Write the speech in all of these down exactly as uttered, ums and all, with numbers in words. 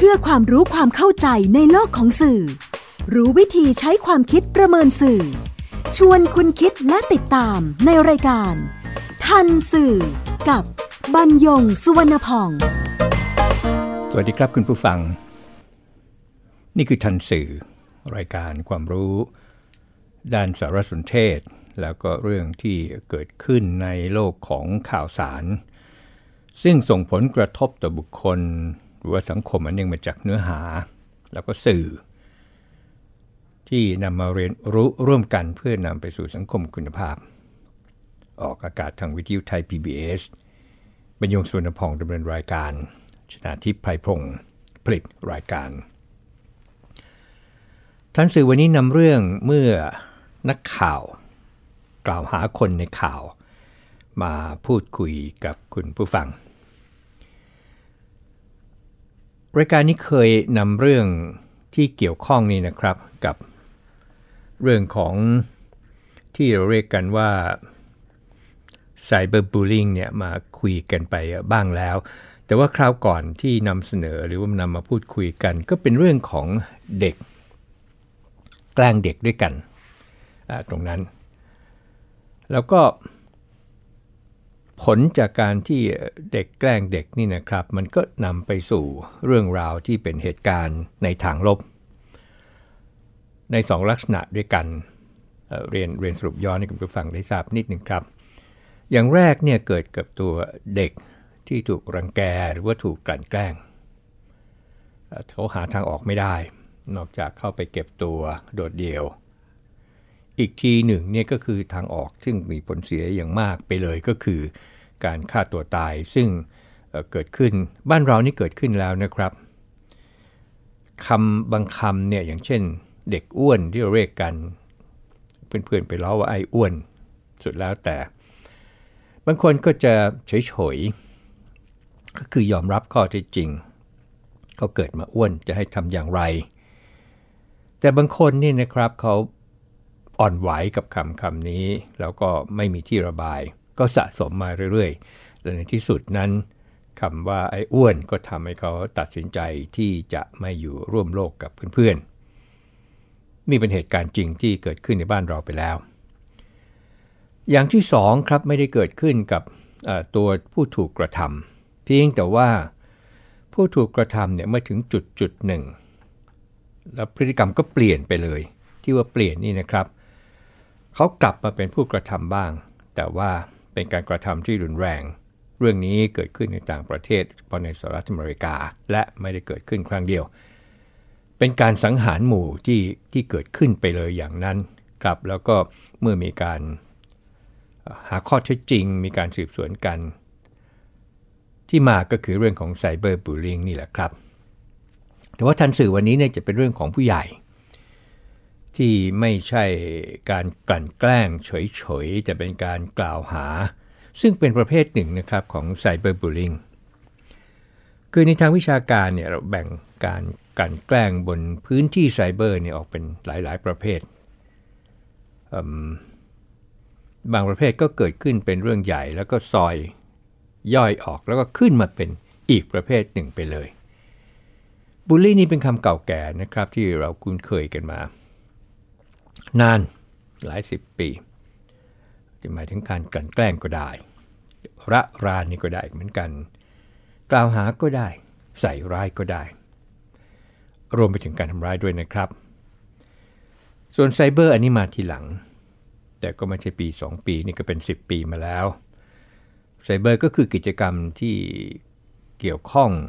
พื่อความรู้ความเข้าใจในโลกของสื่อรู้วิธีใช้ความคิดประเมินสื่อชวนคุณคิดและติดตามในรายการทันสื่อกับบรรยงสุวรรณพ่องสวัสดีครับคุณผู้ฟังนี่คือทันสื่อรายการความรู้ด้านสารสนเทศแล้วก็เรื่องที่เกิดขึ้นในโลกของข่าวสารซึ่งส่งผลกระทบต่อบุคคลหรือว่าสังคมอันเนื่องมาจากเนื้อหาแล้วก็สื่อที่นำมาเรียนรู้ร่วมกันเพื่อนำไปสู่สังคมคุณภาพออกอากาศทางวิทยุไทย พี บี เอส บรรยงสุวรรณพงษ์ดำเนินรายการชนาทิพย์ไพพงษ์ผลิตรายการทันสื่อวันนี้นำเรื่องเมื่อนักข่าวกล่าวหาคนในข่าวมาพูดคุยกับคุณผู้ฟังรายการนี้เคยนำเรื่องที่เกี่ยวข้องนี้นะครับกับเรื่องของที่เราเรียกกันว่าไซเบอร์บูลลิงเนี่ยมาคุยกันไปบ้างแล้วแต่ว่าคราวก่อนที่นำเสนอหรือว่านำมาพูดคุยกันก็เป็นเรื่องของเด็กแกล้งเด็กด้วยกันตรงนั้นแล้วก็ผลจากการที่เด็กแกล้งเด็กนี่นะครับมันก็นำไปสู่เรื่องราวที่เป็นเหตุการณ์ในทางลบในสองลักษณะด้วยกัน เอ่อ เรียนเรียนสรุปย้อนให้คุณผู้ฟังได้ทราบนิดนึงครับอย่างแรกเนี่ยเกิดกับตัวเด็กที่ถูกรังแกหรือว่าถูกกลั่นแกล้งเขาหาทางออกไม่ได้นอกจากเข้าไปเก็บตัวโดดเดี่ยวอีกทีหนึ่งเนี่ยก็คือทางออกซึ่งมีผลเสียอย่างมากไปเลยก็คือการฆ่าตัวตายซึ่งเอ่อเกิดขึ้นบ้านเรานี่เกิดขึ้นแล้วนะครับคำบางคำเนี่ยอย่างเช่นเด็กอ้วนที่เราเรียกกันเพื่อนๆไปล้อว่าไอ้อ้วนสุดแล้วแต่บางคนก็จะเฉยๆก็คือยอมรับข้อเท็จจริงเขาเกิดมาอ้วนจะให้ทำอย่างไรแต่บางคนนี่นะครับเขาอ่อนไหวกับคำคำนี้แล้วก็ไม่มีที่ระบายก็สะสมมาเรื่อยๆและในที่สุดนั้นคำว่าไอ้อ้วนก็ทำให้เขาตัดสินใจที่จะไม่อยู่ร่วมโลกกับเพื่อนๆนี่เป็นเหตุการณ์จริงที่เกิดขึ้นในบ้านเราไปแล้วอย่างที่สองครับไม่ได้เกิดขึ้นกับตัวผู้ถูกกระทำเพียงแต่ว่าผู้ถูกกระทำเนี่ยเมื่อถึงจุดจุดหนึ่งแล้วพฤติกรรมก็เปลี่ยนไปเลยที่ว่าเปลี่ยนนี่นะครับเขากลับมาเป็นผู้กระทำบ้างแต่ว่าเป็นการกระทำที่รุนแรงเรื่องนี้เกิดขึ้นในต่างประเทศเฉพาะในสหรัฐอเมริกาและไม่ได้เกิดขึ้นครั้งเดียวเป็นการสังหารหมู่ที่ที่เกิดขึ้นไปเลยอย่างนั้นครับแล้วก็เมื่อมีการหาข้อเท็จจริงมีการสืบสวนกันที่มาก็คือเรื่องของไซเบอร์บูลลิงนี่แหละครับแต่ว่าทันสื่อวันนี้เนี่ยจะเป็นเรื่องของผู้ใหญ่ที่ไม่ใช่การกลั่นแกล้งเฉยๆจะเป็นการกล่าวหาซึ่งเป็นประเภทหนึ่งนะครับของไซเบอร์บูลลิงคือในทางวิชาการเนี่ยเราแบ่งการกลั่นแกล้งบนพื้นที่ไซเบอร์เนี่ยออกเป็นหลายๆประเภทบางประเภทก็เกิดขึ้นเป็นเรื่องใหญ่แล้วก็ซอยย่อยออกแล้วก็ขึ้นมาเป็นอีกประเภทหนึ่งไปเลยบูลลี่นี่เป็นคำเก่าแก่นะครับที่เราคุ้นเคยกันมานานหลายสิบปีจะหมายถึงการกลั่นแกล้งก็ได้ระรานนี่ก็ได้เหมือนกันกล่าวหาก็ได้ใส่ร้ายก็ได้รวมไปถึงการทำร้ายด้วยนะครับส่วนไซเบอร์อันนี้มาทีหลังแต่ก็ไม่ใช่ปีสองปีนี่ก็เป็นสิบปีมาแล้วไซเบอร์ก็คือกิจกรรมที่เกี่ยวข้อง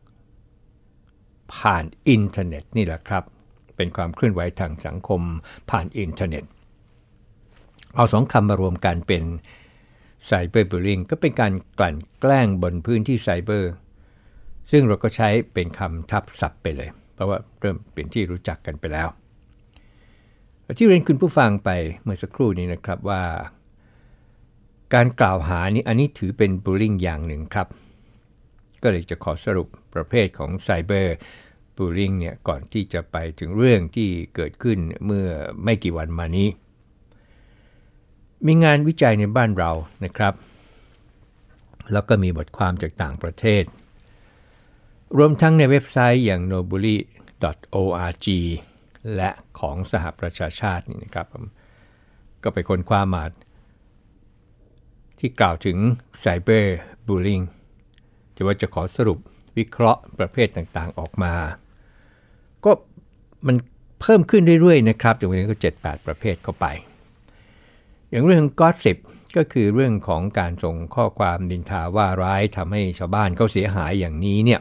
ผ่านอินเทอร์เน็ตนี่แหละครับเป็นความเคลื่อนไหวทางสังคมผ่านอินเทอร์เน็ตเอาสองคำมารวมกันเป็นไซเบอร์บูลลิงก็เป็นการกลั่นแกล้งบนพื้นที่ไซเบอร์ซึ่งเราก็ใช้เป็นคำทับศัพท์ไปเลยเพราะว่าเริ่มเป็นที่รู้จักกันไปแล้วที่เรียนคุณผู้ฟังไปเมื่อสักครู่นี้นะครับว่าการกล่าวหานี้อันนี้ถือเป็นบูลลิงอย่างหนึ่งครับก็เลยจะขอสรุปประเภทของไซเบอร์บูลลิงเนี่ยก่อนที่จะไปถึงเรื่องที่เกิดขึ้นเมื่อไม่กี่วันมานี้มีงานวิจัยในบ้านเรานะครับแล้วก็มีบทความจากต่างประเทศรวมทั้งในเว็บไซต์อย่าง โนบุรี ดอท โอ อาร์ จี และของสหประชาชาตินี่นะครับก็ไปค้นคว้ามาที่กล่าวถึง Cyber Bullying จะว่าจะขอสรุปวิเคราะห์ประเภทต่างๆออกมาก็มันเพิ่มขึ้นเรื่อยๆนะครับจนวันนี้ก็ เจ็ดแปด ประเภทเข้าไปอย่างเรื่อง Gossip ก็คือเรื่องของการส่งข้อความนินทาว่าร้ายทำให้ชาวบ้านเขาเสียหายอย่างนี้เนี่ย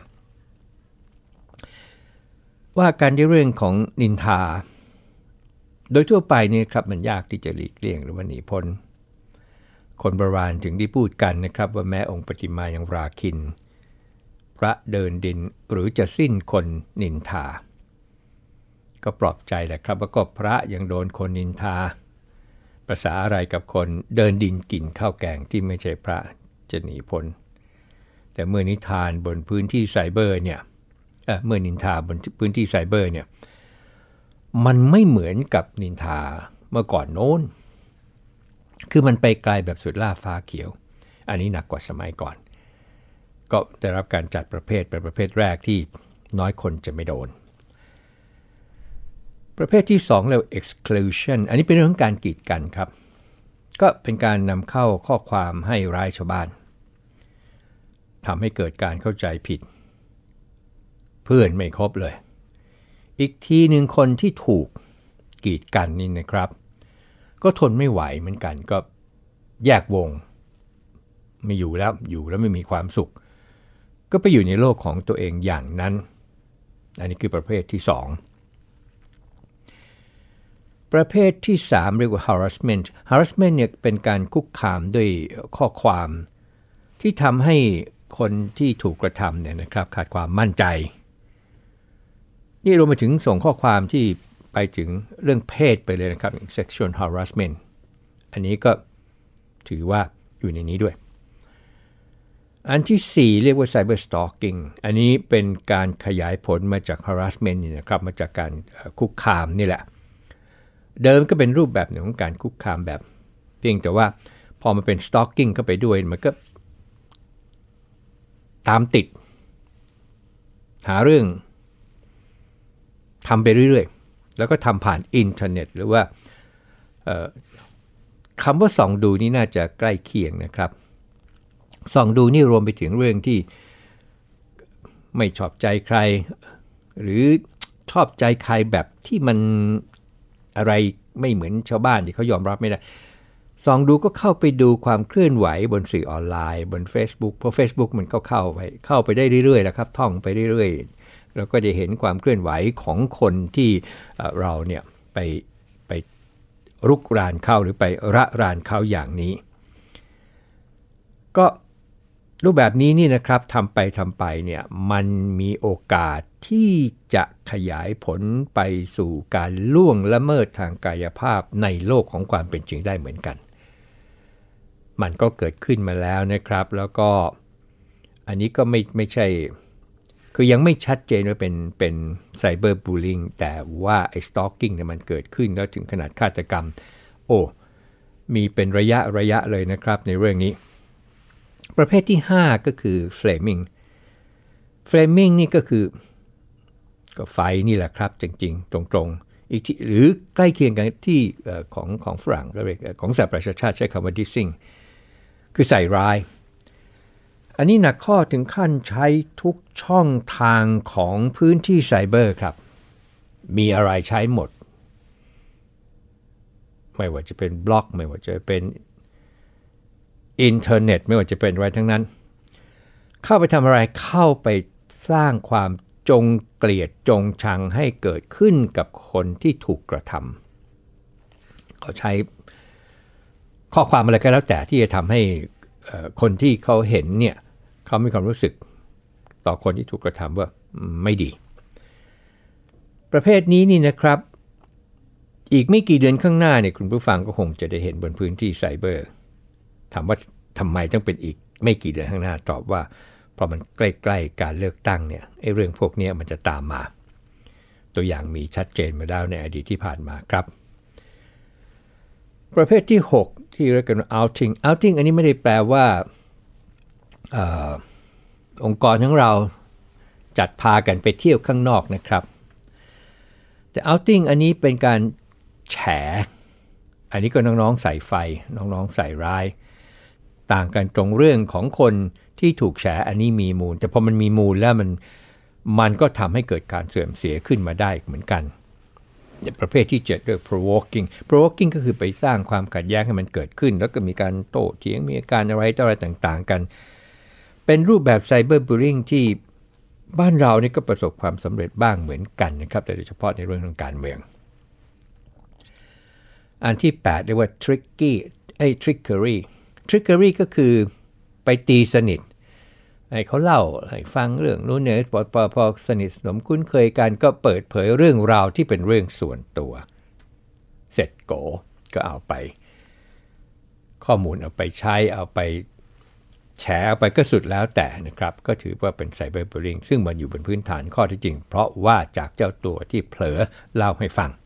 ว่าการในเรื่องของนินทาโดยทั่วไปเนี่ยครับมันยากที่จะหลีกเลี่ยงหรือว่าหนีพ้นคนโบราณถึงได้พูดกันนะครับว่าแม้องค์ปฏิมายังราคินพระเดินดินหรือจะสิ้นคนนินทาก็ปลอบใจแหละครับว่าก็พระยังโดนคนนินทาภาษาอะไรกับคนเดินดินกินข้าวแกงที่ไม่ใช่พระจะหนีพ้นแต่เมื่อนิทานบนพื้นที่ไซเบอร์เนี่ยเอ่อเมื่อนินทาบนพื้นที่ไซเบอร์เนี่ยมันไม่เหมือนกับนินทาเมื่อก่อนโน้นคือมันไปไกลแบบสุดล่าฟ้าเขียวอันนี้หนักกว่าสมัยก่อนก็ได้รับการจัดประเภทเป็นประเภทแรกที่น้อยคนจะไม่โดนประเภทที่สองเรียกว่า exclusion อันนี้เป็นเรื่องของการกีดกันครับก็เป็นการนำเข้าข้อความให้ร้ายชาวบ้านทำให้เกิดการเข้าใจผิดเพื่อนไม่ครบเลยอีกทีหนึ่งคนที่ถูกกีดกันนี่นะครับก็ทนไม่ไหวเหมือนกันก็แยกวงไม่อยู่แล้วอยู่แล้วไม่มีความสุขก็ไปอยู่ในโลกของตัวเองอย่างนั้นอันนี้คือประเภทที่สองประเภทที่สามเรียกว่า harassment harassment เนี่ยเป็นการคุกคามด้วยข้อความที่ทำให้คนที่ถูกกระทำเนี่ยนะครับขาดความมั่นใจนี่รวมไปถึงส่งข้อความที่ไปถึงเรื่องเพศไปเลยนะครับ sexual harassment อันนี้ก็ถือว่าอยู่ในนี้ด้วยอันที่สี่เรียกว่า cyber stalking อันนี้เป็นการขยายผลมาจาก harassment นี่นะครับมาจากการคุกคามนี่แหละเดิมก็เป็นรูปแบบหนึ่งของการคุกคามแบบเพียงแต่ว่าพอมาเป็น stalking เข้าไปด้วยมันก็ตามติดหาเรื่องทำไปเรื่อยๆแล้วก็ทำผ่านอินเทอร์เน็ตหรือว่าคำว่าส่องดูนี่น่าจะใกล้เคียงนะครับส่องดูนี่รวมไปถึงเรื่องที่ไม่ชอบใจใครหรือชอบใจใครแบบที่มันอะไรไม่เหมือนชาวบ้านที่เขายอมรับไม่ได้ส่องดูก็เข้าไปดูความเคลื่อนไหวบนสื่อออนไลน์บน Facebook เพราะ Facebook มันก็เข้าไปเข้าไปได้เรื่อยๆแล้วครับท่องไปเรื่อยๆแล้วก็จะเห็นความเคลื่อนไหวของคนที่เราเนี่ยไปไปรุกรานเข้าหรือไประรานเข้าอย่างนี้ก็รูปแบบนี้นี่นะครับทำไปทำไปเนี่ยมันมีโอกาสที่จะขยายผลไปสู่การล่วงละเมิดทางกายภาพในโลกของความเป็นจริงได้เหมือนกันมันก็เกิดขึ้นมาแล้วนะครับแล้วก็อันนี้ก็ไม่ไม่ใช่คือยังไม่ชัดเจนว่าเป็นเป็นไซเบอร์บูลลิงแต่ว่าไอ้สตอคกิ้งเนี่ยมันเกิดขึ้นแล้วถึงขนาดฆาตกรรมโอ้มีเป็นระยะระยะเลยนะครับในเรื่องนี้ประเภทที่ห้าก็คือ flaming flaming นี่ก็คือก็ไฟนี่แหละครับจริงๆตรงๆอีกที่หรือใกล้เคียงกันที่ของของฝรั่งก็เรียกของสหประชาชาติใช้คำว่า dissing คือใส่ร้ายอันนี้หนักข้อถึงขั้นใช้ทุกช่องทางของพื้นที่ไซเบอร์ครับมีอะไรใช้หมดไม่ว่าจะเป็นบล็อกไม่ว่าจะเป็นอินเทอร์เน็ตไม่ว่าจะเป็นอะไรทั้งนั้นเข้าไปทำอะไรเข้าไปสร้างความจงเกลียดจงชังให้เกิดขึ้นกับคนที่ถูกกระทำเขาใช้ข้อความอะไรก็แล้วแต่ที่จะทำให้คนที่เขาเห็นเนี่ยเขามีความรู้สึกต่อคนที่ถูกกระทำว่าไม่ดีประเภทนี้นี่นะครับอีกไม่กี่เดือนข้างหน้าเนี่ยคุณผู้ฟังก็คงจะได้เห็นบนพื้นที่ไซเบอร์ถามว่าทำไมต้องเป็นอีกไม่กี่เดือนข้างหน้าตอบว่าเพราะมันใกล้ๆการเลือกตั้งเนี่ยไอ้เรื่องพวกนี้มันจะตามมาตัวอย่างมีชัดเจนมาแล้วในอดีตที่ผ่านมาครับประเภทที่หกที่เรียกกันว่า outing outing อันนี้ไม่ได้แปลว่า อ, องค์กรของเราจัดพากันไปเที่ยวข้างนอกนะครับแต่ outing อันนี้เป็นการแฉอันนี้ก็น้องๆใส่ไฟน้องๆใส่ร้ายต่างกันตรงเรื่องของคนที่ถูกแฉอันนี้มีมูลแต่พอมันมีมูลแล้วมันมันก็ทำให้เกิดการเสื่อมเสียขึ้นมาได้เหมือนกันประเภทที่เจ็ดเรียก provoking provoking ก็คือไปสร้างความขัดแย้งให้มันเกิดขึ้นแล้วก็มีการโต้เถียงมีการอะไรต่ออะไรต่างๆกันเป็นรูปแบบ cyberbullying ที่บ้านเรานี่ก็ประสบความสำเร็จบ้างเหมือนกันนะครับโดยเฉพาะในเรื่องของการเมืองอันที่แปดเรียกว่า tricky ไอ้ trickery trickery ก็คือไปตีสนิทให้เขาเล่าให้ฟังเรื่องนู้นเนี่ยพอพอพอสนิทสนมคุ้นเคยกันก็เปิดเผยเรื่องราวที่เป็นเรื่องส่วนตัวเสร็จโกก็เอาไปข้อมูลเอาไปใช้เอาไปแชร์เอาไปก็สุดแล้วแต่นะครับก็ถือว่าเป็นไซเบอร์บูลลิงซึ่งมันอยู่บนพื้นฐานข้อเท็จจริงเพราะว่าจากเจ้าตัวที่เผลอเล่าให้ฟัง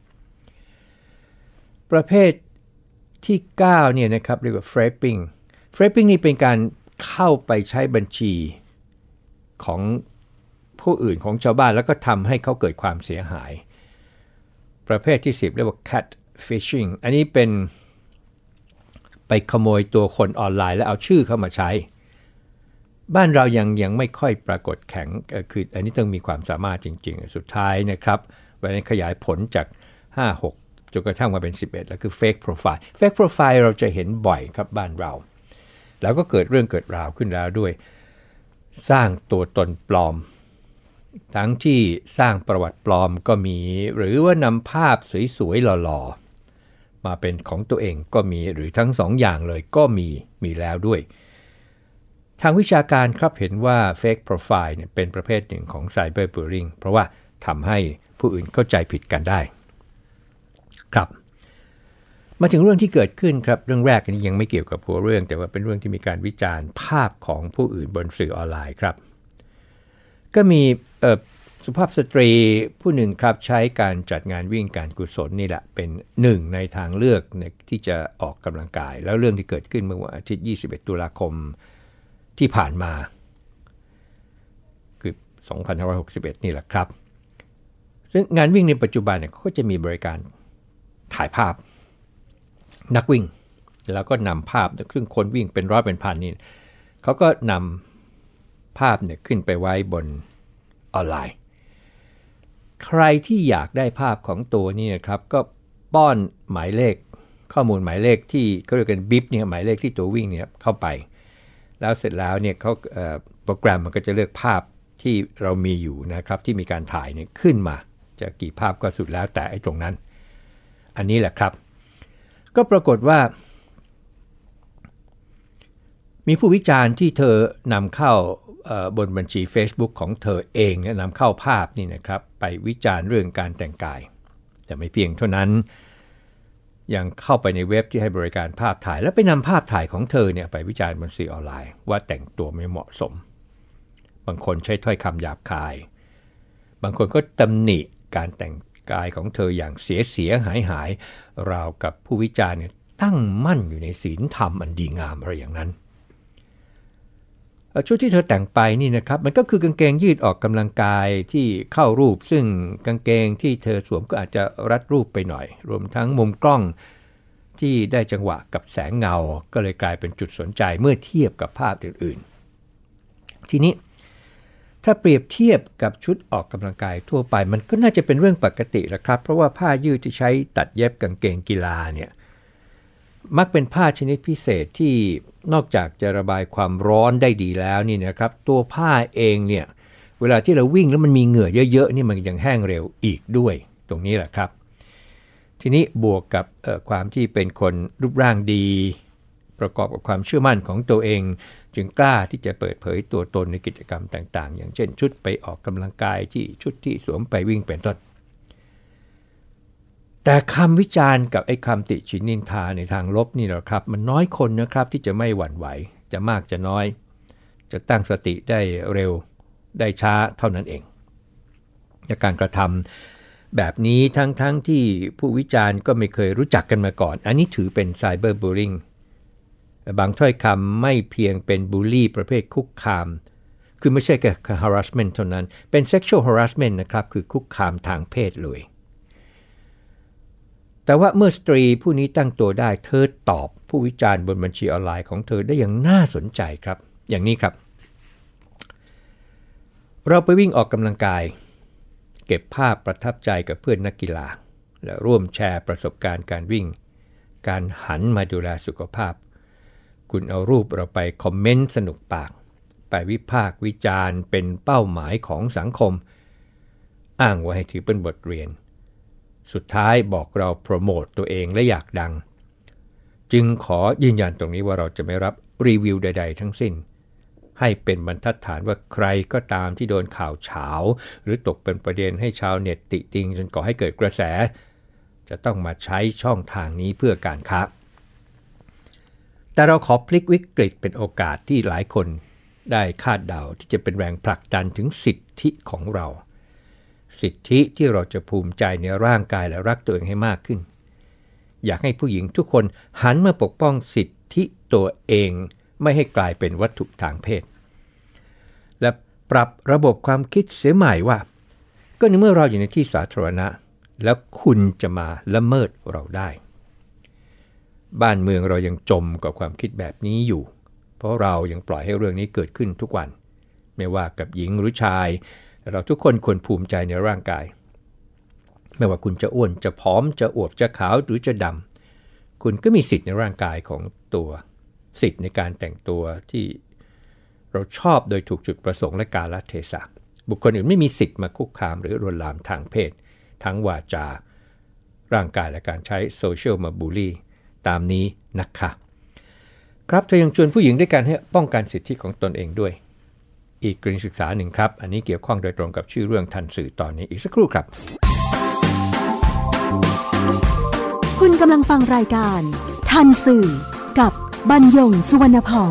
ประเภทที่เก้าเนี่ยนะครับเรียกว่า frapping frapping นี่เป็นการเข้าไปใช้บัญชีของผู้อื่นของชาวบ้านแล้วก็ทำให้เขาเกิดความเสียหายประเภทที่สิบเรียกว่า catfishing อันนี้เป็นไปขโมยตัวคนออนไลน์แล้วเอาชื่อเข้ามาใช้บ้านเรายังยังไม่ค่อยปรากฏแข็งคืออันนี้ต้องมีความสามารถจริงๆสุดท้ายนะครับวันนี้ขยายผลจากห้า หกจนกระทั่งมาเป็นสิบเอ็ดแล้วคือ fake profile fake profile เราจะเห็นบ่อยครับบ้านเราแล้วก็เกิดเรื่องเกิดราวขึ้นแล้วด้วยสร้างตัวตนปลอมทั้งที่สร้างประวัติปลอมก็มีหรือว่านำภาพสวยๆหล่อๆมาเป็นของตัวเองก็มีหรือทั้งสองอย่างเลยก็มีมีแล้วด้วยทางวิชาการครับเห็นว่า fake profile เนี่ยเป็นประเภทหนึ่งของ cyberbullying เพราะว่าทำให้ผู้อื่นเข้าใจผิดกันได้ครับมาถึงเรื่องที่เกิดขึ้นครับเรื่องแรกอันนี้ยังไม่เกี่ยวกับหัวเรื่องแต่ว่าเป็นเรื่องที่มีการวิจารณ์ภาพของผู้อื่นบนสื่อออนไลน์ครับก็มีสุภาพสตรีผู้หนึ่งครับใช้การจัดงานวิ่งการกุศลนี่แหละเป็นหนึ่งในทางเลือกที่จะออกกำลังกายแล้วเรื่องที่เกิดขึ้นเมื่อวันอาทิตย์ยี่สิบเอ็ดตุลาคมที่ผ่านมาคือสองพันห้าร้อยหกสิบเอ็ดนี่แหละครับซึ่งงานวิ่งในปัจจุบันเนี่ยเขาก็จะมีบริการถ่ายภาพนักวิ่งแล้วก็นำภาพครึ่งคนวิ่งเป็นร้อยเป็นพันนี่เขาก็นำภาพเนี่ยขึ้นไปไว้บนออนไลน์ใครที่อยากได้ภาพของตัวนี่นะครับก็ป้อนหมายเลขข้อมูลหมายเลขที่เขาเรียกกันบิปเนี่ยหมายเลขที่ตัววิ่งเนี่ยเข้าไปแล้วเสร็จแล้วเนี่ยเขาโปรแกรมมันก็จะเลือกภาพที่เรามีอยู่นะครับที่มีการถ่ายเนี่ยขึ้นมาจะกี่ภาพก็สุดแล้วแต่ไอ้ตรงนั้นอันนี้แหละครับก็ปรากฏว่ามีผู้วิจารณ์ที่เธอนำเข้าบนบัญชี Facebook ของเธอเองเนี่ยนำเข้าภาพนี่นะครับไปวิจารณ์เรื่องการแต่งกายแต่ไม่เพียงเท่านั้นยังเข้าไปในเว็บที่ให้บริการภาพถ่ายแล้วไปนำภาพถ่ายของเธอเนี่ยไปวิจารณ์บนสื่อออนไลน์ว่าแต่งตัวไม่เหมาะสมบางคนใช้ถ้อยคำหยาบคายบางคนก็ตำหนิการแต่งกายของเธออย่างเสียเสียหายหายราวกับผู้วิจารณ์เนี่ยตั้งมั่นอยู่ในศีลธรรมอันดีงามอะไรอย่างนั้นชุดที่เธอแต่งไปนี่นะครับมันก็คือกางเกงยืดออกกำลังกายที่เข้ารูปซึ่งกางเกงที่เธอสวมก็อาจจะรัดรูปไปหน่อยรวมทั้งมุมกล้องที่ได้จังหวะกับแสงเงาก็เลยกลายเป็นจุดสนใจเมื่อเทียบกับภาพอื่นๆทีนี้ถ้าเปรียบเทียบกับชุดออกกำลังกายทั่วไปมันก็น่าจะเป็นเรื่องปกติแหละครับเพราะว่าผ้ายืดที่ใช้ตัดเย็บกางเกงกีฬาเนี่ยมักเป็นผ้าชนิดพิเศษที่นอกจากจะระบายความร้อนได้ดีแล้วนี่นะครับตัวผ้าเองเนี่ยเวลาที่เราวิ่งแล้วมันมีเหงื่อเยอะๆนี่มันยังแห้งเร็วอีกด้วยตรงนี้แหละครับทีนี้บวกกับความที่เป็นคนรูปร่างดีประกอบกับความเชื่อมั่นของตัวเองจึงกล้าที่จะเปิดเผยตัวตนในกิจกรรมต่างๆอย่างเช่นชุดไปออกกำลังกายที่ชุดที่สวมไปวิ่งเป็นต้นแต่คำวิจารณ์กับไอ้คำติฉินนินทาในทางลบนี่แหละครับมันน้อยคนนะครับที่จะไม่หวั่นไหวจะมากจะน้อยจะตั้งสติได้เร็วได้ช้าเท่านั้นเองการกระทำแบบนี้ทั้งๆ ท, ที่ผู้วิจารณ์ก็ไม่เคยรู้จักกันมาก่อนอันนี้ถือเป็นไซเบอร์บูลลิงบางถ้อยคำไม่เพียงเป็นบูลลี่ประเภทคุกคามคือไม่ใช่แค่ harassment เท่านั้นเป็น sexual harassment นะครับคือคุกคามทางเพศเลยแต่ว่าเมื่อสตรีผู้นี้ตั้งตัวได้เธอตอบผู้วิจารณ์บนบัญชีออนไลน์ของเธอได้อย่างน่าสนใจครับอย่างนี้ครับเราไปวิ่งออกกำลังกายเก็บภาพประทับใจกับเพื่อนนักกีฬาและร่วมแชร์ประสบการณ์การวิ่งการหันมาดูแลสุขภาพคุณเอารูปเราไปคอมเมนต์สนุกปากไปวิพากษ์วิจารณ์เป็นเป้าหมายของสังคมอ้างว่าให้ถือเป็นบทเรียนสุดท้ายบอกเราโปรโมตตัวเองและอยากดังจึงขอยืนยันตรงนี้ว่าเราจะไม่รับรีวิวใดๆทั้งสิ้นให้เป็นบรรทัดฐานว่าใครก็ตามที่โดนข่าวเฉาหรือตกเป็นประเด็นให้ชาวเน็ตติติงจนก่อให้เกิดกระแสจะต้องมาใช้ช่องทางนี้เพื่อการค้าแต่เราขอพลิกวิกฤตเป็นโอกาสที่หลายคนได้คาดเดาที่จะเป็นแรงผลักดันถึงสิทธิของเราสิทธิที่เราจะภูมิใจในร่างกายและรักตัวเองให้มากขึ้นอยากให้ผู้หญิงทุกคนหันมาปกป้องสิทธิตัวเองไม่ให้กลายเป็นวัตถุทางเพศและปรับระบบความคิดเสียใหม่ว่าก็ในเมื่อเราอยู่ในที่สาธารณะแล้วคุณจะมาละเมิดเราได้บ้านเมืองเรายังจมกับความคิดแบบนี้อยู่เพราะเรายังปล่อยให้เรื่องนี้เกิดขึ้นทุกวันไม่ว่ากับหญิงหรือชายเราทุกคนควรภูมิใจในร่างกายไม่ว่าคุณจะอ้วนจะผอมจะอวบจะขาวหรือจะดำคุณก็มีสิทธิ์ในร่างกายของตัวสิทธิ์ในการแต่งตัวที่เราชอบโดยถูกจุดประสงค์และกาลเทศะบุคคลอื่นไม่มีสิทธิ์มาคุกคามหรือลวนลามทางเพศทั้งวาจาร่างกายและการใช้โซเชียลมาบูลลี่ตามนี้นะคะครับเธอยังชวนผู้หญิงด้วยการให้ป้องกันสิทธิของตนเองด้วยอีกกรณีศึกษาหนึ่งครับอันนี้เกี่ยวข้องโดยตรงกับชื่อเรื่องทันสื่อตอนนี้อีกสักครู่ครับคุณกำลังฟังรายการทันสื่อกับบรรยงสุวรรณพอง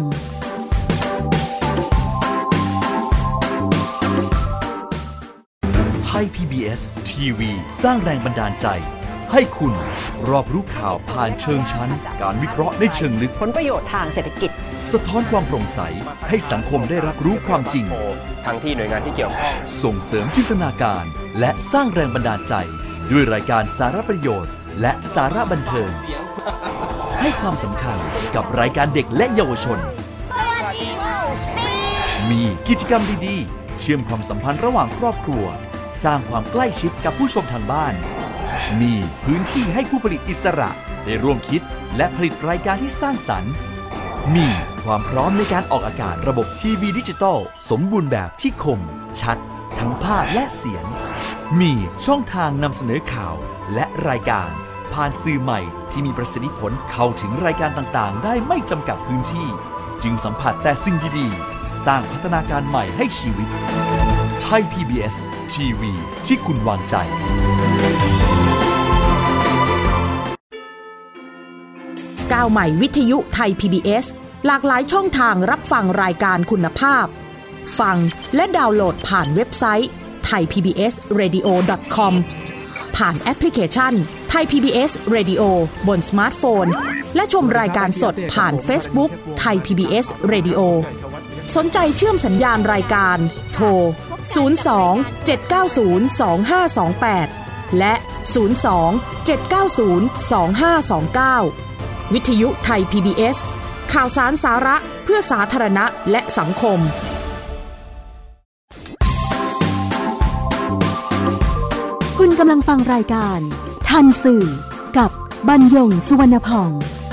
ไทย พี บี เอส ที วี สร้างแรงบันดาลใจให้คุณรอบรู้ข่าวผ่านเชิงชั้นการวิเคราะห์ในเชิงลึกผลประโยชน์ทางเศรษฐกิจสะท้อนความโปร่งใสให้สังคมได้รับรู้ความจริงทั้งที่หน่วยงานที่เกี่ยวข้องส่งเสริมจินตนาการและสร้างแรงบันดาลใจด้วยรายการสาระประโยชน์และสาระบันเทิงให้ความสำคัญกับรายการเด็กและเยาวชนมีกิจกรรมดีๆเชื่อมความสัมพันธ์ระหว่างครอบครัวสร้างความใกล้ชิดกับผู้ชมทางบ้านมีพื้นที่ให้ผู้ผลิตอิสระได้ร่วมคิดและผลิตรายการที่สร้างสรรค์มีความพร้อมในการออกอากาศระบบทีวีดิจิตอลสมบูรณ์แบบที่คมชัดทั้งภาพและเสียงมีช่องทางนำเสนอข่าวและรายการผ่านสื่อใหม่ที่มีประสิทธิผลเข้าถึงรายการต่างๆได้ไม่จำกัดพื้นที่จึงสัมผัสแต่สิ่งดีๆสร้างพัฒนาการใหม่ให้ชีวิตไทย พี บี เอส ที วี ที่คุณวางใจก้าวใหม่วิทยุไทย พี บี เอส หลากหลายช่องทางรับฟังรายการคุณภาพฟังและดาวน์โหลดผ่านเว็บไซต์ ไทย พี บี เอส เรดิโอ ดอท คอม ผ่านแอปพลิเคชัน Thai พี บี เอส Radio บนสมาร์ทโฟนและชมรายการสดผ่าน Facebook Thai พี บี เอส Radio สนใจเชื่อมสัญญาณรายการโทรศูนย์ สอง เจ็ด เก้า ศูนย์ สอง ห้า สอง แปดและศูนย์ สอง เจ็ด เก้า ศูนย์ สอง ห้า สอง เก้าวิทยุไทย พี บี เอส ข่าวสารสาระเพื่อสาธารณะและสังคมคุณกำลังฟังรายการทันสื่อกับบรรยงสุวรรณพอง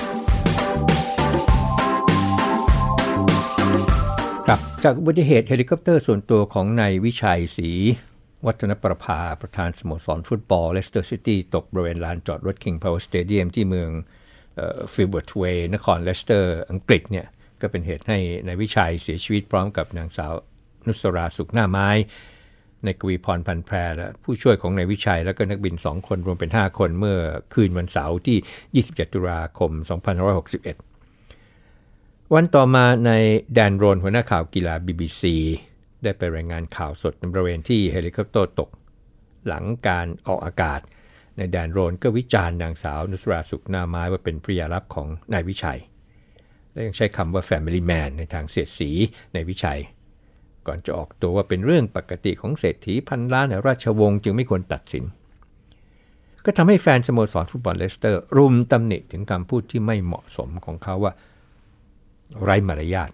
ครับจากอุบัติเหตุเฮลิคอปเตอร์ส่วนตัวของนายวิชัยศรีวัฒนประภาประธานสโมสรฟุตบอลเลสเตอร์ซิตี้ตกบริเวณลานจอดรถ King Power Stadium ที่เมืองฟิลเบิร์ตเวย์นครเลสเตอร์อังกฤษเนี่ยก็เป็นเหตุให้นายวิชัยเสียชีวิตพร้อมกับนางสาวนุสราสุขหน้าไม้ในกวีพรพันแพรและผู้ช่วยของนายวิชัยและก็นักบินสองคนรวมเป็นห้าคนเมื่อคืนวันเสาร์ที่ยี่สิบเจ็ดตุลาคมสองพันห้าร้อยหกสิบเอ็ดวันต่อมาในแดนโรนหัวหน้าข่าวกีฬา บี บี ซี ได้ไปรายงานข่าวสดในบริเวณที่เฮลิคอปเตอร์ตกหลังการออกอากาศในแดนโรนก็วิจารณ์นางสาวนุสราสุขหน้าไม้ว่าเป็นภริยาลับของนายวิชัยและยังใช้คำว่า family man ในทางเสียดสีนายวิชัยก่อนจะออกตัวว่าเป็นเรื่องปกติของเศรษฐีพันล้านในราชวงศ์จึงไม่ควรตัดสินก็ทำให้แฟนสโมสรฟุตบอลเลสเตอร์รุมตำหนิถึงคำพูดที่ไม่เหมาะสมของเขาว่าไร้มารยาท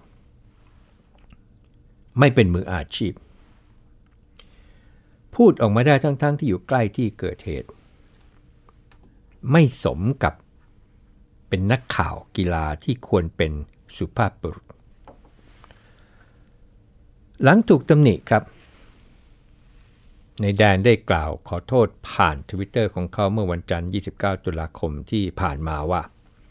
ไม่เป็นมืออาชีพพูดออกมาได้ทั้งๆ ท, ที่อยู่ใกล้ที่เกิดเหตุไม่สมกับเป็นนักข่าวกีฬาที่ควรเป็นสุภาพบุรุษหลังถูกตำหนิครับในแดนได้กล่าวขอโทษผ่าน Twitter ของเขาเมื่อวันจันทร์ยี่สิบเก้าตุลาคมที่ผ่านมาว่า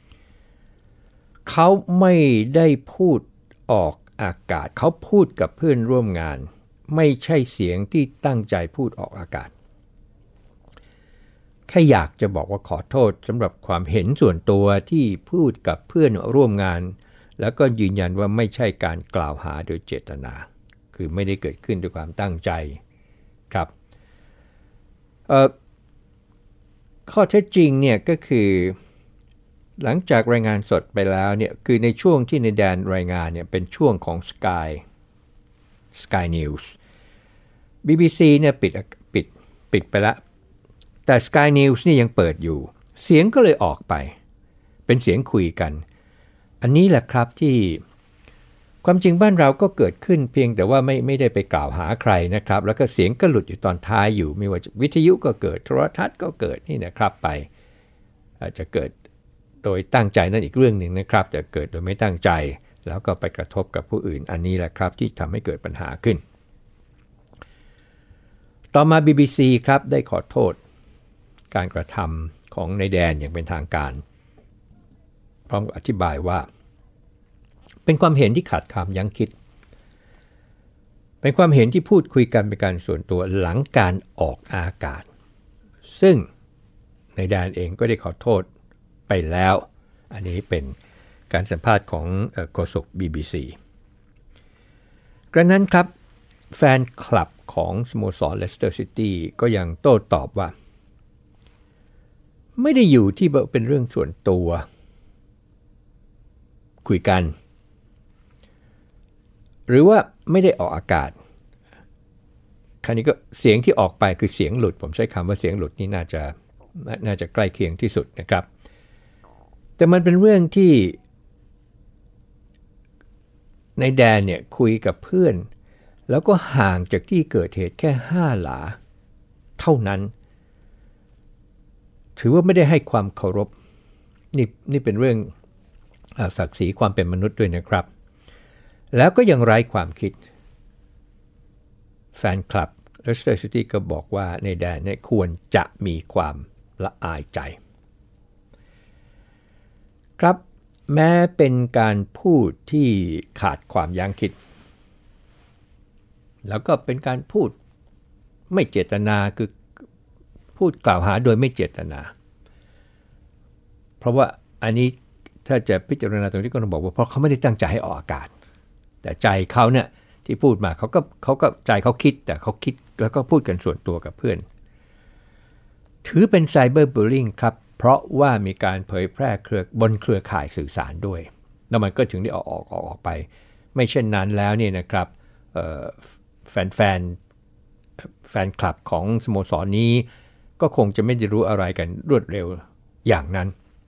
เขาไม่ได้พูดออกอากาศเขาพูดกับเพื่อนร่วมงานไม่ใช่เสียงที่ตั้งใจพูดออกอากาศแค่อยากจะบอกว่าขอโทษสำหรับความเห็นส่วนตัวที่พูดกับเพื่อนร่วมงานแล้วก็ยืนยันว่าไม่ใช่การกล่าวหาโดยเจตนาคือไม่ได้เกิดขึ้นด้วยความตั้งใจครับเอ่อข้อเท็จจริงเนี่ยก็คือหลังจากรายงานสดไปแล้วเนี่ยคือในช่วงที่ในแดนรายงานเนี่ยเป็นช่วงของ Sky Sky News บี บี ซี เนี่ยปิดปิดปิดไปแล้วแต่ Sky News นี่ยังเปิดอยู่เสียงก็เลยออกไปเป็นเสียงคุยกันอันนี้แหละครับที่ความจริงบ้านเราก็เกิดขึ้นเพียงแต่ว่าไม่ไม่ได้ไปกล่าวหาใครนะครับแล้วก็เสียงก็หลุดอยู่ตอนท้ายอยู่ไม่ว่าวิทยุก็เกิดโทรทัศน์ก็เกิดนี่นะครับไปอาจจะเกิดโดยตั้งใจนั่นอีกเรื่องหนึ่งนะครับจะเกิดโดยไม่ตั้งใจแล้วก็ไปกระทบกับผู้อื่นอันนี้แหละครับที่ทำให้เกิดปัญหาขึ้นต่อมา บี บี ซี ครับได้ขอโทษการกระทำของนายแดนอย่างเป็นทางการพร้อมกับอธิบายว่าเป็นความเห็นที่ขาดความยั้งคิดเป็นความเห็นที่พูดคุยกันเป็นการส่วนตัวหลังการออกอากาศซึ่งนายแดนเองก็ได้ขอโทษไปแล้วอันนี้เป็นการสัมภาษณ์ของโฆษก บี บี ซี กระนั้นครับแฟนคลับของสโมสรเลสเตอร์ซิตี้ก็ยังโต้ตอบว่าไม่ได้อยู่ที่เป็นเรื่องส่วนตัวคุยกันหรือว่าไม่ได้ออกอากาศคราวนี้ก็เสียงที่ออกไปคือเสียงหลุดผมใช้คำว่าเสียงหลุดนี่น่าจะน่าจะใกล้เคียงที่สุดนะครับแต่มันเป็นเรื่องที่ในแดนเนี่ยคุยกับเพื่อนแล้วก็ห่างจากที่เกิดเหตุแค่ห้าหลาเท่านั้นถือว่าไม่ได้ให้ความเคารพนี่นี่เป็นเรื่องศักดิ์ศรีความเป็นมนุษย์ด้วยนะครับแล้วก็ยังไร้ความคิดแฟนคลับ Leicester City ก็บอกว่าในแดนเนี่ยควรจะมีความละอายใจครับแม้เป็นการพูดที่ขาดความยั้งคิดแล้วก็เป็นการพูดไม่เจตนาคือพูดกล่าวหาโดยไม่เจตนาเพราะว่าอันนี้ถ้าจะพิจารณาตรงนี้ก็ต้องบอกว่าเพราะเขาไม่ได้ตั้งใจให้ออกอากาศแต่ใจเขาเนี่ยที่พูดมาเขาก็เขาก็ใจเขาคิดแต่เขาคิดแล้วก็พูดกันส่วนตัวกับเพื่อนถือเป็นไซเบอร์บูลลิงครับเพราะว่ามีการเผยแพร่เครือบนเครือข่ายสื่อสารด้วยแล้วมันก็ถึงได้ออกออกออกออกไปไม่เช่นนั้นแล้วเนี่ยนะครับแฟนแฟนแฟนคลับของสโมสรนี้ก็คงจะไม่ได้รู้อะไรกันรวดเร็วอย่างนั้น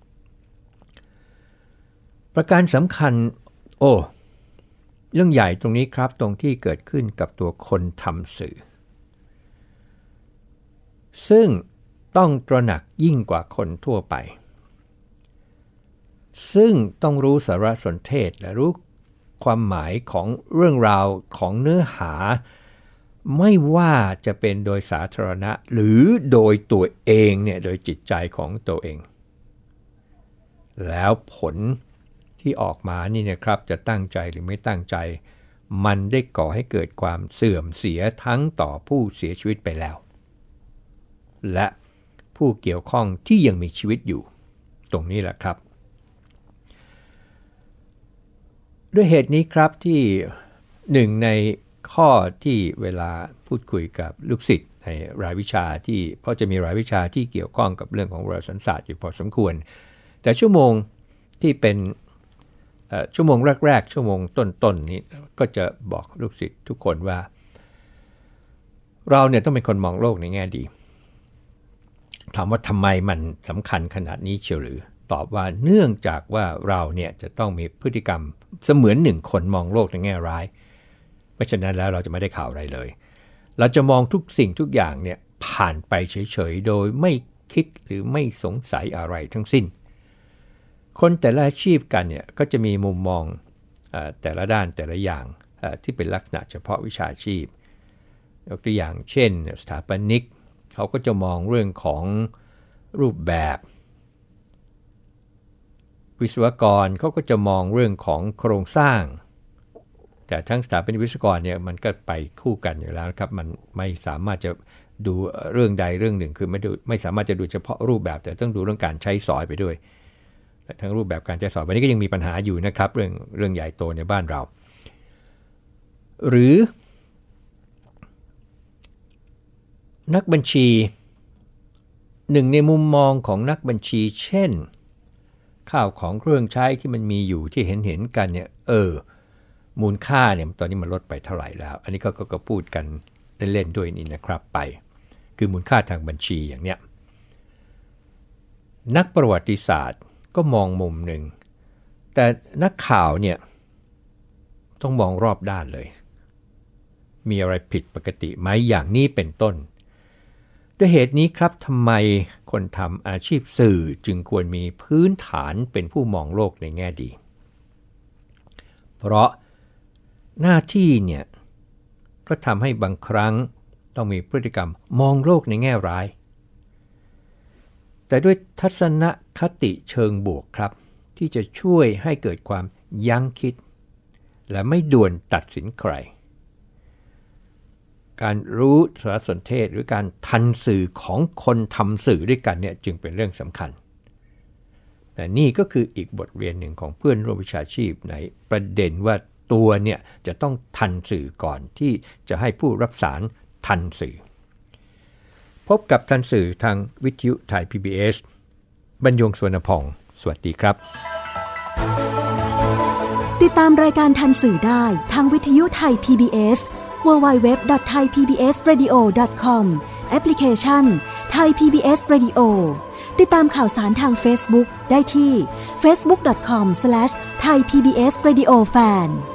ประการสำคัญโอ้เรื่องใหญ่ตรงนี้ครับตรงที่เกิดขึ้นกับตัวคนทำสื่อซึ่งต้องตระหนักยิ่งกว่าคนทั่วไปซึ่งต้องรู้สารสนเทศและรู้ความหมายของเรื่องราวของเนื้อหาไม่ว่าจะเป็นโดยสาธารณะหรือโดยตัวเองเนี่ยโดยจิตใจของตัวเองแล้วผลที่ออกมานี่นะครับจะตั้งใจหรือไม่ตั้งใจมันได้ก่อให้เกิดความเสื่อมเสียทั้งต่อผู้เสียชีวิตไปแล้วและผู้เกี่ยวข้องที่ยังมีชีวิตอยู่ตรงนี้แหละครับด้วยเหตุนี้ครับที่หนึ่งในข้อที่เวลาพูดคุยกับลูกศิษย์ในรายวิชาที่เพราะจะมีรายวิชาที่เกี่ยวข้องกับเรื่องของโหราศาสตร์อยู่พอสมควรแต่ชั่วโมงที่เป็นชั่วโมงแรกๆชั่วโมงต้นๆนี้ก็จะบอกลูกศิษย์ทุกคนว่าเราเนี่ยต้องเป็นคนมองโลกในแง่ดีถามว่าทำไมมันสำคัญขนาดนี้เชียวหรือตอบว่าเนื่องจากว่าเราเนี่ยจะต้องมีพฤติกรรมเสมือนหนึ่งคนมองโลกในแง่ร้ายไม่ฉะนั้นแล้วเราจะไม่ได้ข่าวอะไรเลยเราจะมองทุกสิ่งทุกอย่างเนี่ยผ่านไปเฉยๆโดยไม่คิดหรือไม่สงสัยอะไรทั้งสิ้นคนแต่ละอาชีพกันเนี่ยก็จะมีมุมมองเอ่อแต่ละด้านแต่ละอย่างเอ่อที่เป็นลักษณะเฉพาะวิชาชีพยกตัวอย่างเช่นสถาปนิกเขาก็จะมองเรื่องของรูปแบบวิศวกรเขาก็จะมองเรื่องของโครงสร้างแต่ทั้งสถาปนิกวิศวกรเนี่ยมันก็ไปคู่กันอยู่แล้วครับมันไม่สามารถจะดูเรื่องใดเรื่องหนึ่งคือไม่ดูไม่สามารถจะดูเฉพาะรูปแบบแต่ต้องดูเรื่องการใช้สอยไปด้วยทั้งรูปแบบการใช้สอยวันนี้ก็ยังมีปัญหาอยู่นะครับเรื่องเรื่องใหญ่โตในบ้านเราหรือนักบัญชีหนึ่งในมุมมองของนักบัญชีเช่นข้าวของเครื่องใช้ที่มันมีอยู่ที่เห็นเห็นกันเนี่ยเออมูลค่าเนี่ยตอนนี้มันลดไปเท่าไหร่แล้วอันนี้ก็ก็พูดกันเล่นๆด้วยนี่นะครับไปคือมูลค่าทางบัญชีอย่างเนี้ยนักประวัติศาสตร์ก็มองมุมหนึ่งแต่นักข่าวเนี่ยต้องมองรอบด้านเลยมีอะไรผิดปกติไหมอย่างนี้เป็นต้นด้วยเหตุนี้ครับทำไมคนทำอาชีพสื่อจึงควรมีพื้นฐานเป็นผู้มองโลกในแง่ดีเพราะหน้าที่เนี่ยก็ทำให้บางครั้งต้องมีพฤติกรรมมองโลกในแง่ร้ายแต่ด้วยทัศนคติเชิงบวกครับที่จะช่วยให้เกิดความยั้งคิดและไม่ด่วนตัดสินใครการรู้สารสนเทศหรือการทันสื่อของคนทำสื่อด้วยกันเนี่ยจึงเป็นเรื่องสำคัญแต่นี่ก็คืออีกบทเรียนหนึ่งของเพื่อนร่วมวิชาชีพในประเด็นว่าตัวเนี่ยจะต้องทันสื่อก่อนที่จะให้ผู้รับสารทันสื่อพบกับทันสื่อทางวิทยุไทย พี บี เอส บรรยง สุวรรณพองสวัสดีครับติดตามรายการทันสื่อได้ทางวิทยุไทย พี บี เอส ดับเบิลยู ดับเบิลยู ดับเบิลยู ดอท ไทย พี บี เอส เรดิโอ ดอท คอม แอปพลิเคชัน Thai พี บี เอส Radio ติดตามข่าวสารทาง Facebook ได้ที่ เฟซบุ๊ก ดอท คอม สแลช ไทย พี บี เอส เรดิโอ แฟน